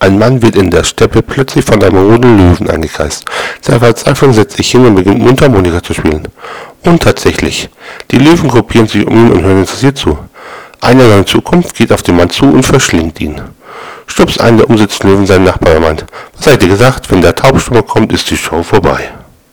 Ein Mann wird in der Steppe plötzlich von einem maroden Löwen eingekreist. Seine Verzweiflung setzt sich hin und beginnt Mundharmonika zu spielen. Und tatsächlich, die Löwen gruppieren sich um ihn und hören interessiert zu. Einer seiner Zukunft geht auf den Mann zu und verschlingt ihn. Stups einen der umsitzenden Löwen seinen Nachbar meint: Was seid ihr gesagt? Wenn der Taubstummer kommt, ist die Show vorbei.